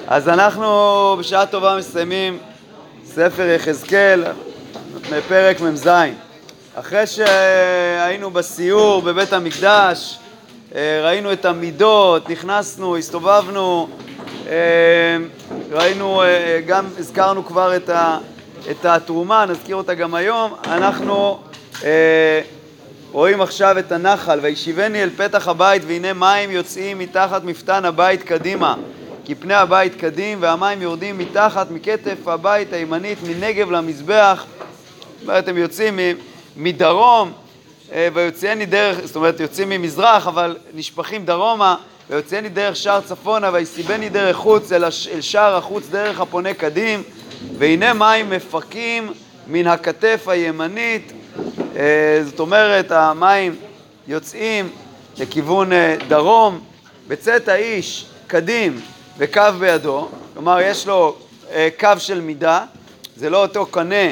אז אנחנו בשעה טובה מסיימים ספר יחזקאל מפרק מ"ז. אחרי שהיינו בסיור בבית המקדש, ראינו את המידות, נכנסנו, הסתובבנו, ראינו, גם הזכרנו כבר את התרומה, נזכיר אותה גם היום. אנחנו רואים עכשיו את הנחל. וישיבני אל פתח הבית, והנה מים יוצאים מתחת מפתן הבית קדימה, כי פני הבית קדים, והמים יורדים מתחת מכתף הבית הימנית מנגב למזבח. זאת אומרת, הם יוצאים מדרום, ויוצאני דרך, זאת אומרת, יוצאים ממזרח, אבל נשפכים דרומה, ויוצאני דרך שער צפונה, ויסיבני דרך חוץ אל שער החוץ דרך הפונה קדים, והנה מים מפקים מן הכתף הימנית. זאת אומרת, המים יוצאים לכיוון דרום, בצאת האיש קדים וקו בידו, כלומר יש לו קו של מידה, זה לא אותו קנה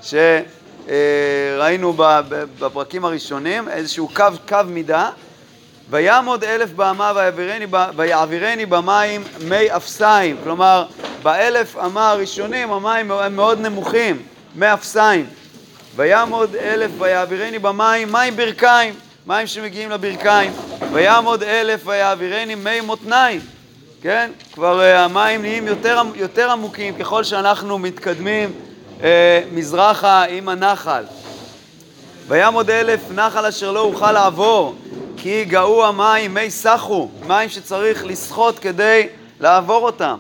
שראינו בפרקים הראשונים, איזשהו קו מידה. ויעמוד 1000 באמה ויעבירני במים מי אפסיים, כלומר ב1000 אמה הראשונים המים הם מאוד נמוכים, מי אפסיים. ויעמוד 1000 ויעבירני במים מי ברכיים, מים שמגיעים לברכיים. ויעמוד 1000 ויעבירני מי מותניים, כן? כבר המים נהיים יותר עמוקים ככל שאנחנו מתקדמים מזרחה עם הנחל. ויעמוד 1000 נחל אשר לא אוכל לעבור, כי גאו המים מי סחו, מים שצריך לשחות כדי לעבור אותם.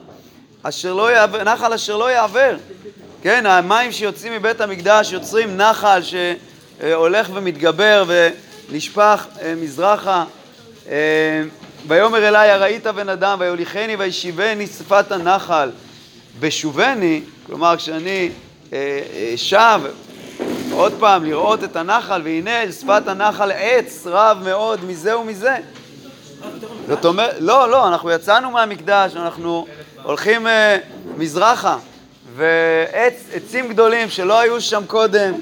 נחל אשר לא יעבר. כן, המים שיוצאים מבית המקדש יוצרים נחל שהולך ומתגבר ונשפך מזרחה. ויאמר אליי הראית בן אדם, ויוליכני וישיבני שפת הנחל בשובני, כלומר כשאני שב עוד פעם לראות את הנחל, והנה אל שפת הנחל עץ רב מאוד מזה ומזה. זאת אומרת, לא, אנחנו יצאנו מהמקדש, אנחנו הולכים מזרחה, ועצים גדולים שלא היו שם קודם.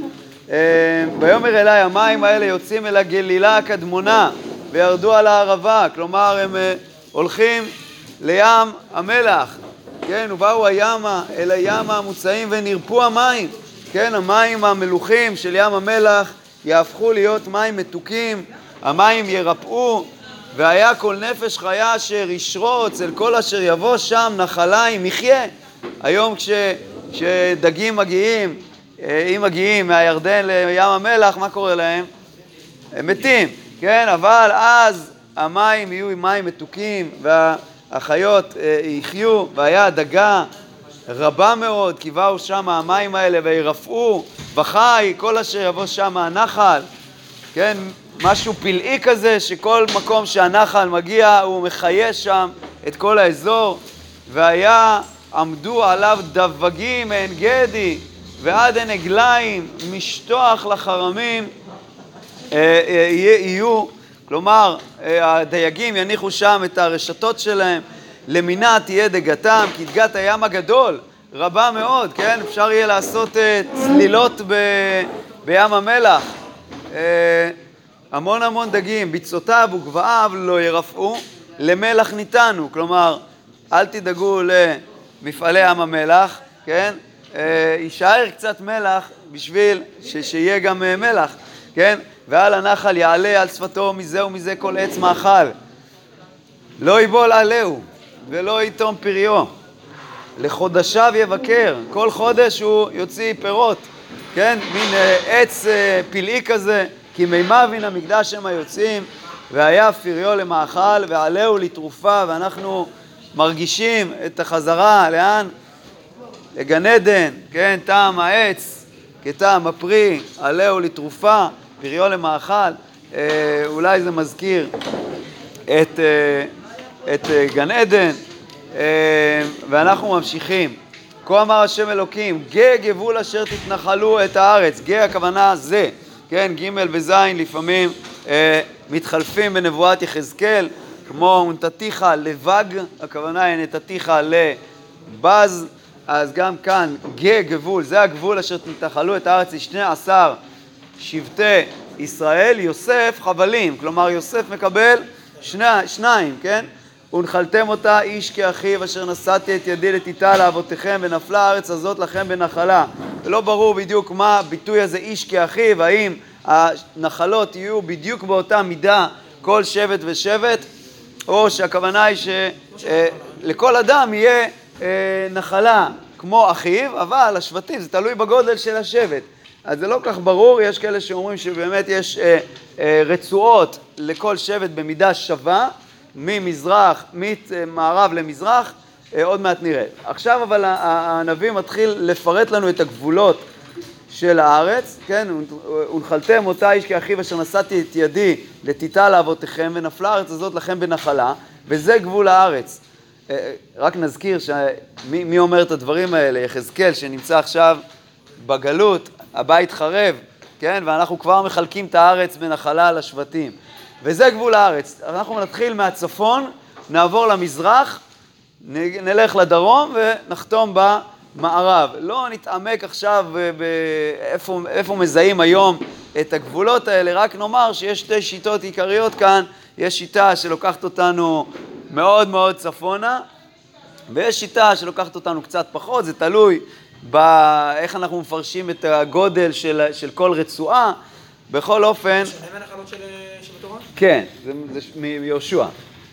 ויאמר אליי המים האלה יוצאים אל הגלילה הקדמונה וירדו על הערבה, כלומר הם הולכים לים המלח, כן, ובאו הימה אל הים המוצאים ונרפו המים, כן, המים המלוחים של ים המלח יהפכו להיות מים מתוקים, המים ירפאו. והיה כל נפש חיה אשר ישרוץ אל כל אשר יבוא שם נחליים יחיה. היום כשדגים מגיעים, אם מגיעים מהירדן לים המלח, מה קורה להם? הם מתים, כן? אבל אז המים יהיו מים מתוקים והחיות יחיו. והיה דגה רבה מאוד, כי באו שם המים האלה וירפאו וחי כל אשר יבוא שם הנחל, כן? משהו פלאי כזה שכל מקום שהנחל מגיע הוא מחיה שם את כל האזור. והיה עמדו עליו דבגים מעין גדי ועד עין עגליים משטוח לחרמים יהיו, כלומר הדייגים יניחו שם את הרשתות שלהם, למינה תהיה דגתם, כי דגת הים הגדול רבה מאוד, כן? אפשר יהיה לעשות צלילות בים המלח, המון דגים. ביצותיו וגבעיו לא ירפאו, למלח ניתנו, כלומר אל תדאגו למפעלי ים המלח, כן? יישאר קצת מלח בשביל שיהיה גם מלח, כן? ועל הנחל יעלה על שפתו מזה ומזה כל עץ מאכל, לא יבול עליהו ולא יתום פריו, לחודשיו יבקר, כל חודש הוא יוציא פירות, כן? מין עץ פלאי כזה, כי מימיו מן המקדש הם היוצאים, והיה פריו למאכל ועליהו לתרופה. ואנחנו מרגישים את החזרה, לאן? לגן עדן, כן? טעם העץ כטעם הפרי, עליהו לתרופה, פריו למאכל. אולי זה מזכיר את גן עדן. ואנחנו ממשיכים. כה אמר השם אלוקים, גה גבול אשר תתנחלו את הארץ. גה הכוונה זה, כן, ג' וז' לפעמים מתחלפים בנבואת יחזקאל, כמו ונתתיך לבג, הכוונה היא נתתיך לבז. אז גם כאן גה גבול, זה הגבול אשר תתנחלו את הארץ, 12 שבטי ישראל. יוסף חבלים, כלומר יוסף מקבל שניים, כן? ונחלתם אותה איש כאחיו, אשר נשאתי את ידי לתיתה לאבותיכם, ונפלה הארץ הזאת לכם בנחלה. ולא ברור בדיוק מה הביטוי הזה איש כאחיו, האם הנחלות יהיו בדיוק באותה מידה כל שבט ושבט, או שהכוונה היא שלכל אדם יהיה נחלה כמו אחיו, אבל השבטים זה תלוי בגודל של השבט. אז זה לא כך ברור, יש כאלה שאומרים שבאמת יש רצועות לכל שבט במידה שווה, ממערב למזרח, עוד מעט נראה. עכשיו אבל הנביא מתחיל לפרט לנו את הגבולות של הארץ, כן? ונחלתם אותה איש כאחיו אשר נשאתי את ידי לתיתה לאבותיכם, ונפלה הארץ הזאת לכם בנחלה, וזה גבול הארץ. רק נזכיר מי אומר את הדברים האלה, יחזקאל שנמצא עכשיו בגלות, הבית חרב, כן? ואנחנו כבר מחלקים את הארץ בנחלה לשבטים. וזה גבול הארץ. אנחנו נתחיל מהצפון, נעבור למזרח, נלך לדרום ונחתום במערב. לא נתעמק עכשיו איפה מזהים היום את הגבולות האלה, רק נאמר שיש שתי שיטות עיקריות כאן. יש שיטה שלוקחת אותנו מאוד מאוד צפונה, ויש שיטה שלוקחת אותנו קצת פחות, זה תלוי באיך אנחנו מפרשים את הגודל של כל רצועה. בכל אופן... הם הנחלות שבתורה? כן, זה מיהושע.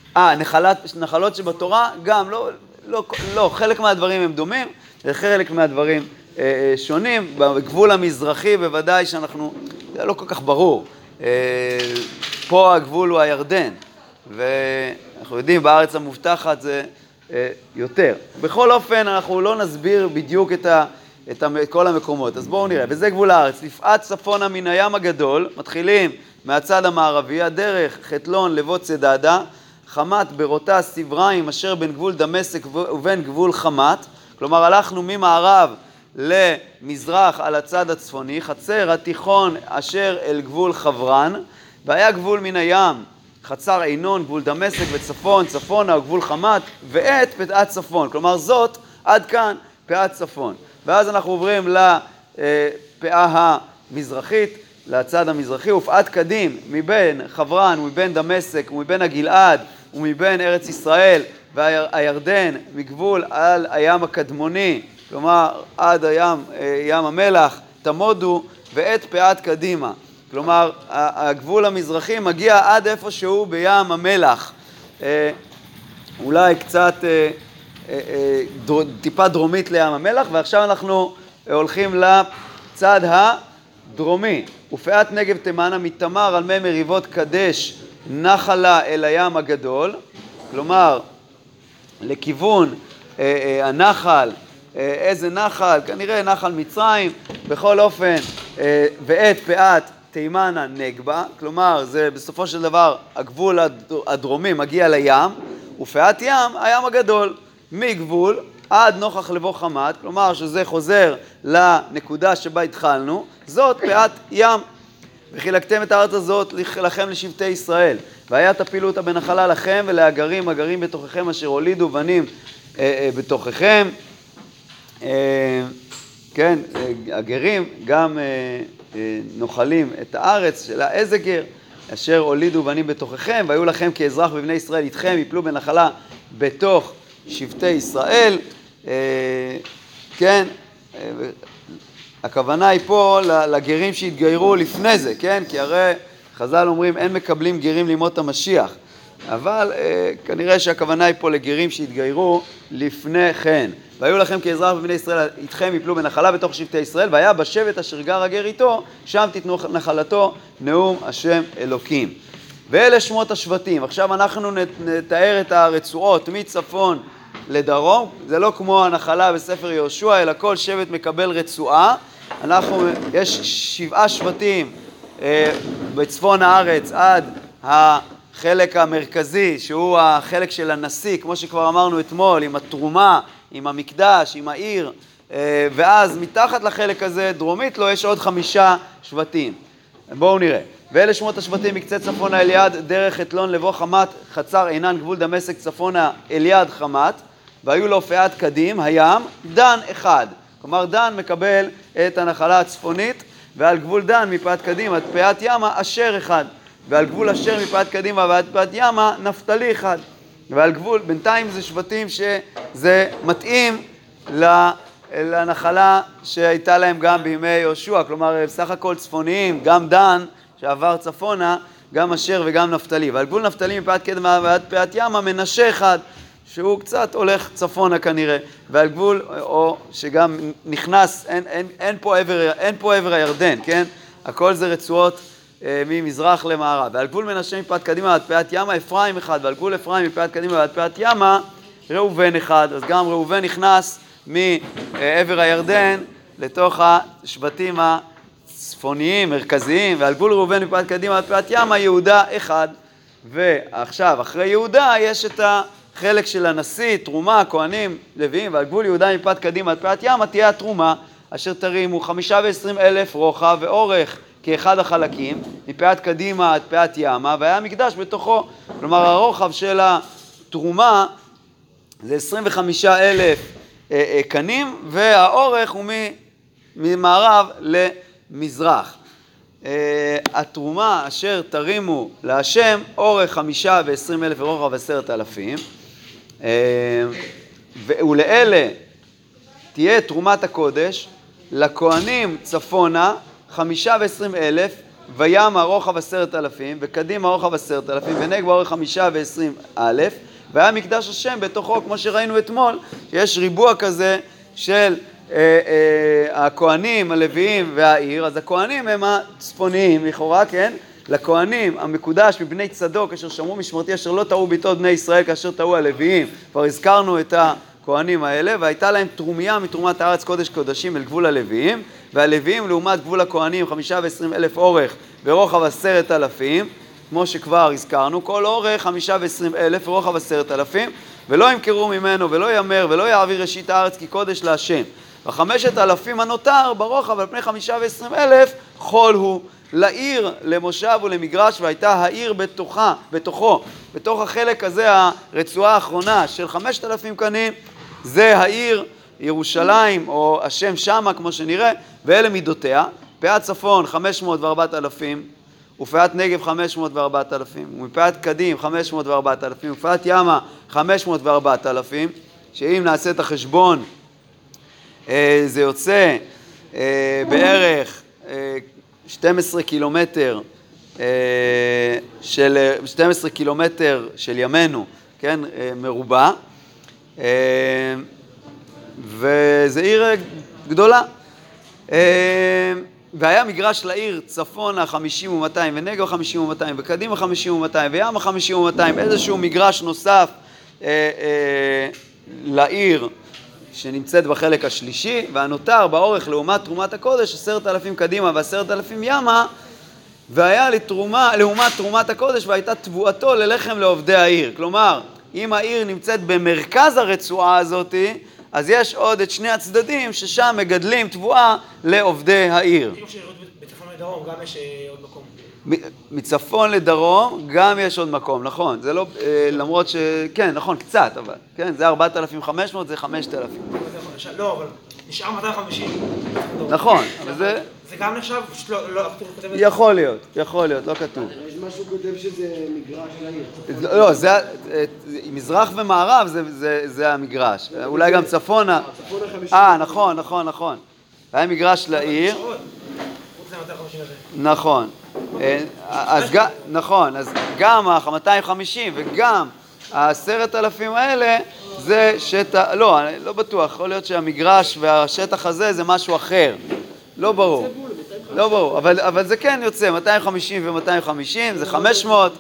נחלות שבתורה גם, לא, חלק מהדברים הם דומים, חלק מהדברים שונים. בגבול המזרחי בוודאי שאנחנו, זה לא כל כך ברור. פה הגבול הוא הירדן, ואנחנו יודעים בארץ המובטחת זה יותר. בכל אופן אנחנו לא נסביר בדיוק את כל המקומות, אז בואו נראה. וזה גבול הארץ, לפעת צפונה מן הים הגדול, מתחילים מהצד המערבי, הדרך חתלון לבוא צדדה, חמת ברותה סבריים אשר בין גבול דמשק ובין גבול חמת, כלומר הלכנו ממערב למזרח על הצד הצפוני, חצר התיכון אשר אל גבול חברן, והיה גבול מן הים, חצר עינון, גבול דמשק וצפון, צפונה וגבול חמת, ואת פאת צפון, כלומר זאת עד כאן פאת צפון. ואז אנחנו עוברים לפאה המזרחית, לצד המזרחי, ופאת קדים מבין חברן ומבין דמשק ומבין הגלעד ומבין ארץ ישראל והירדן מגבול על הים הקדמוני, כלומר עד ים המלח, תמודו ואת פאת קדימה. כלומר הגבול המזרחי מגיע עד איפשהו בים המלח, אולי קצת טיפה דרומית לים המלח, ועכשיו אנחנו הולכים לצד הדרומי. ופאת נגב תימנה מתמר על מי מריבות קדש נחלה אל הים הגדול, כלומר לכיוון הנחל, איזה נחל? כנראה נחל מצרים. בכל אופן, ואת פאת תימנה נגבה, כלומר זה בסופו של דבר הגבול הדרומי מגיע לים, ופאת ים הים הגדול מגבול עד נוכח לבוא חמת, כלומר שזה חוזר לנקודה שבה התחלנו, זאת פאת ים. וחילקתם את הארץ הזאת לכם לשבטי ישראל, והיה תפילו אותה בנחלה לכם ולהגרים, הגרים בתוככם אשר הולידו בנים בתוככם. כן, הגרים גם נוחלים את הארץ של איזה גר, אשר הולידו בנים בתוככם, והיו לכם כאזרח בבני ישראל איתכם, יפלו בנחלה בתוך שבטי ישראל. כן, הכוונה היא פה לגרים שהתגיירו לפני זה, כן? כי הרי חז"ל אומרים אין מקבלים גרים לימות המשיח, אבל כנראה שהכוונה היא פה לגרים שהתגיירו לפני כן. והיו לכם כאזרח בבני ישראל איתכם יפלו בנחלה בתוך שבטי ישראל, והיה בשבט אשר גר הגר איתו, שם תיתנו נחלתו נאום השם אלוקים. ואלה שמות השבטים. עכשיו אנחנו נתאר את הרצועות מצפון לדרום. זה לא כמו הנחלה בספר יהושע, אלא כל שבט מקבל רצועה. יש 7 שבטים בצפון הארץ עד החלק המרכזי, שהוא החלק של הנשיא, כמו שכבר אמרנו אתמול, עם התרומה, עם המקדש, עם העיר, ואז מתחת לחלק הזה, דרומית לו, יש עוד 5 שבטים. בואו נראה. ואלה שמות השבטים מקצה צפונה אל יד, דרך חתלון לבוא חמת, חצר עינן גבול דמשק צפונה אל יד חמת, והיו לו פאת קדים, הים, דן אחד. כלומר דן מקבל את הנחלה הצפונית, ועל גבול דן מפאת קדים עד פאת ימה אשר אחד, ועל גבול אשר מפאת קדימה ועד פאת ימה נפתלי אחד. ועל גבול, בינתיים זה שבטים שזה מתאים לנחלה שהייתה להם גם בימי יהושע, כלומר בסך הכל צפוניים, גם דן שעבר צפונה, גם אשר וגם נפתלי. ועל גבול נפתלי מפאת קדמה ועד פאת ימה מנשה אחד, שהוא קצת הולך צפונה כנראה, ועל גבול, או שגם נכנס, אין פה עבר הירדן, כן? הכל זה רצועות ממזרח למערב. ועל גבול מנשה מפאת קדימה ועד פאת ימה אפרים אחד, ועל גבול אפרים מפאת קדימה ועד פאת ימה ראובן אחד. אז גם ראובן נכנס מעבר הירדן לתוך השבטים הצפוניים, מרכזיים, ועל גבול ראובן מפאת קדימה עד פאת ימה יהודה אחד. ועכשיו, אחרי יהודה יש את החלק של הנשיא, תרומה, כהנים, לוויים, ועל גבול יהודה מפאת קדימה עד פאת ימה תהיה התרומה, אשר תרימו 25,000 רוחב ואורך כאחד החלקים, מפאת קדימה עד פאת ימה, והיה מקדש בתוכו. כלומר, הרוחב של התרומה זה 25,000 קנים, והאורך הוא ממערב למזרח. התרומה אשר תרימו להשם, אורך 25,000 ורוחב 10,000, ולאלה תהיה תרומת הקודש, לכהנים צפונה 25,000, וימה רוחב 10,000, וקדימה רוחב 10,000, ונגבה אורך 25,000, והיה מקדש השם בתוכו, כמו שראינו אתמול, שיש ריבוע כזה של הכהנים, הלוויים והעיר. אז הכהנים הם הצפוניים, לכאורה, כן? לכהנים המקודש מבני צדוק, אשר שמרו משמרתי, אשר לא טעו ביתות בני ישראל, כאשר טעו הלוויים. כבר הזכרנו את הכהנים האלה, והייתה להם תרומיה מתרומת הארץ קודש קודשים אל גבול הלוויים, והלוויים לעומת גבול הכהנים 25,000 אורך ורוחב 10,000, כמו שכבר הזכרנו, כל אורך 25,000 ורוחב 10,000, ולא ימכרו ממנו ולא יאמר ולא יעביר ראשית הארץ כי קודש להשם. ו5,000 הנותר ברוחב על פני 25,000 חול הוא לעיר, למושב ולמגרש, והייתה העיר בתוכו, בתוך החלק הזה, הרצועה האחרונה של 5,000 קנים, זה העיר ירושלים, או השם שמה כמו שנראה, ואלה מידותיה, פאת צפון 504,000, ופאת נגב 504,000, ומפאת קדים 504,000, ופאת ימה 504,000, שאם נעשה את החשבון, זה יוצא בערך 12 קילומטר של ימינו, כן, מרובע, וזה עיר גדולה. והיה מגרש לעיר צפונה 50 ו200, ונגב 50 ו200, וקדימה 50 ו200, וימה 50 ו200, איזשהו מגרש נוסף לעיר שנמצאת בחלק השלישי, והנותר באורך לעומת תרומת הקודש 10,000 קדימה ו10,000 ימה, והיה לעומת תרומת הקודש, והייתה תבואתו ללחם לעובדי העיר. כלומר, אם העיר נמצאת במרכז הרצועה הזאת, אז יש עוד את שני הצדדים ששם מגדלים תבואה לעובדי העיר. כאילו שבצפון לדרום גם יש עוד מקום. מצפון לדרום גם יש עוד מקום, נכון. זה לא, למרות כן, נכון, קצת, אבל, כן, זה 4,500, זה 5,000. לא, אבל נשאר 250. נכון, אבל זה... זה גם נחשב? לא כתוב... יכול להיות, לא כתוב. יש משהו כותב שזה מגרש לעיר. לא, זה, מזרח ומערב זה המגרש. אולי גם צפונה. נכון. היה מגרש לעיר. נכון. אז גם ה-250 וגם ה10,000 האלה זה שטח, לא, אני לא בטוח, יכול להיות שהמגרש והשטח הזה זה משהו אחר. לא ברור, אבל זה כן יוצא, 250 ו-250, זה 500,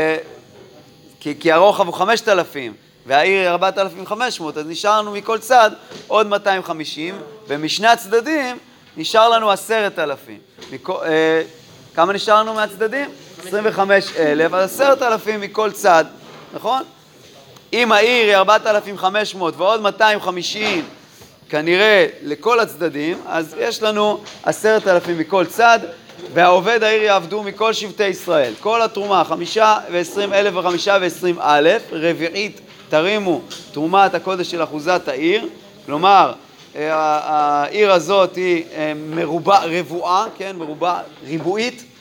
כי הרוחב הוא 5,000, והעיר היא 4,500, אז נשארנו מכל צד עוד 250, ומשני הצדדים נשאר לנו 10,000. כמה נשארנו מהצדדים? 25,000, אז 10,000 מכל צד, נכון? אם העיר היא 4,500 ועוד 250, כנראה לכל הצדדים, אז יש לנו 10,000 מכל צד, והעובד העיר יעבדו מכל שבטי ישראל. כל התרומה, 25,000 ו25,000, רביעית תרימו תרומת הקודש של אחוזת העיר, כלומר, העיר הזאת היא רבועה, כן, ריבועית,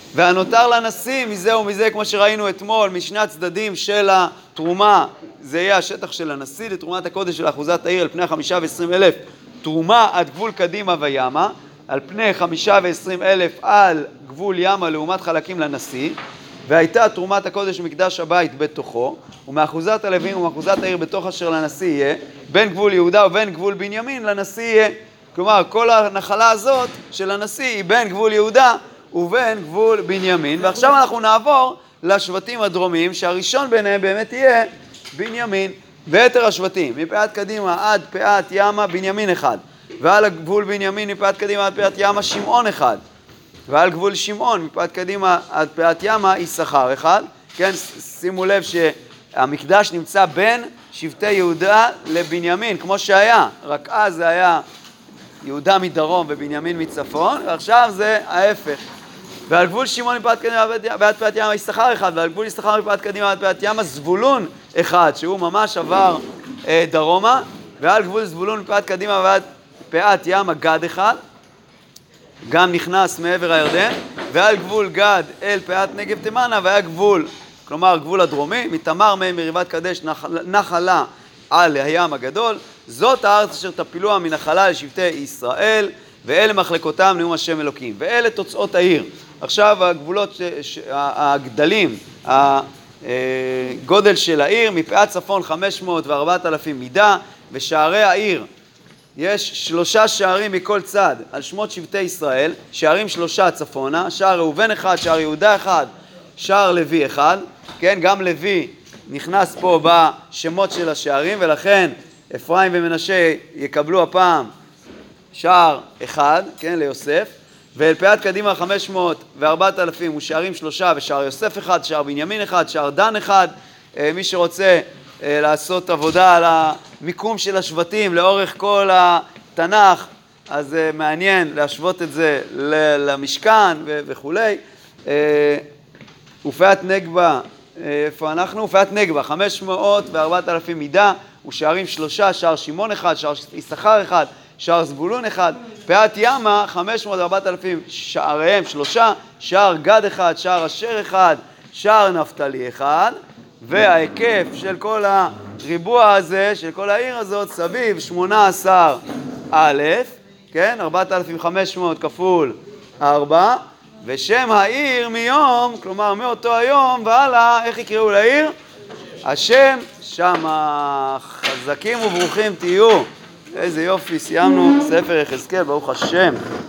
והנותר לנשיא מזה ומזה, כמו שראינו אתמול, משני הצדדים של התרומה, זה יהיה השטח של הנשיא, לתרומת הקודש של אחוזת העיר, על פני 5 ו-20,000, תרומה עד גבול קדימה וימה, על פני 5 ו-20,000 על גבול ימה לעומת חלקים לנשיא, והייתה תרומת הקודש מקדש הבית בתוכו, ומאחוזת הלווים ומאחוזת העיר בתוך אשר לנשיא יהיה, בין גבול יהודה ובין גבול בנימין לנשיא יהיה. כלומר, כל הנחלה הזאת של הנשיא היא בין גבול יהודה ובין גבול בנימין. ועכשיו אנחנו נעבור לשבטים הדרומיים, שהראשון ביניהם באמת יהיה בנימין. ויתר השבטים, מפאת קדימה עד פאת ימה, בנימין אחד. ועל הגבול בנימין, מפאת קדימה עד פאת ימה, שמעון אחד. ועל גבול שמעון, מפאת קדימה עד פאת ימה, יששכר אחד. כן, שימו לב שהמקדש נמצא בין שבטי יהודה לבנימין, כמו שהיה. רק אז זה היה יהודה מדרום ובנימין מצפון, ועכשיו זה ההפך. ועל גבול שמעון מפאת קדימה ועד פאת ימה, יששכר אחד. ועל גבול יששכר מפאת קדימה עד פאת ימה, זבולון אחד, שהוא ממש עבר דרומה. ועל גבול זבולון מפאת קדימה ועד פאת ימה, גד אחד. גם נכנס מעבר הירדן, ועל גבול גד אל פאת נגב תימנה, והיה גבול, כלומר גבול הדרומי, מתמר מי מריבת קדש נחלה על הים הגדול, זאת הארץ אשר תפילוה מנחלה לשבטי ישראל, ואלה מחלקותם נאום השם אלוקים, ואלה תוצאות העיר. עכשיו הגבולות, הגדלים, הגודל של העיר, מפאת צפון 500 ו4,000 מידה, ושערי העיר, יש 3 שערים מכל צד על שמות שבטי ישראל, שערים 3 צפונה, שער ראובן אחד, שער יהודה אחד, שער לוי אחד, כן, גם לוי נכנס פה בשמות של השערים, ולכן אפרים ומנשה יקבלו הפעם שער אחד, כן, ליוסף, ואל פאת קדימה 500 ו4,000 הוא שערים 3 ושער יוסף אחד, שער בנימין אחד, שער דן אחד. מי שרוצה לעשות עבודה על המיקום של השבטים לאורך כל התנ"ך, אז מעניין להשוות את זה למשכן וכולי. ופאת נגבה, איפה אנחנו? ופאת נגבה, 500 ו4,000 מידה, ושערים 3, שער שמעון אחד, שער יששכר אחד, שער זבולון אחד. פאת ימה, 500 ו4,000 שעריהם 3, שער גד אחד, שער אשר אחד, שער נפתלי אחד. וההיקף של כל הריבוע הזה, של כל העיר הזאת, סביב 18,000, כן? 4,500 כפול 4, ושם העיר מיום, כלומר מאותו היום והלאה, איך יקראו לעיר? השם שמה. חזקים וברוכים תהיו. איזה יופי, סיימנו ספר יחזקאל, ברוך השם.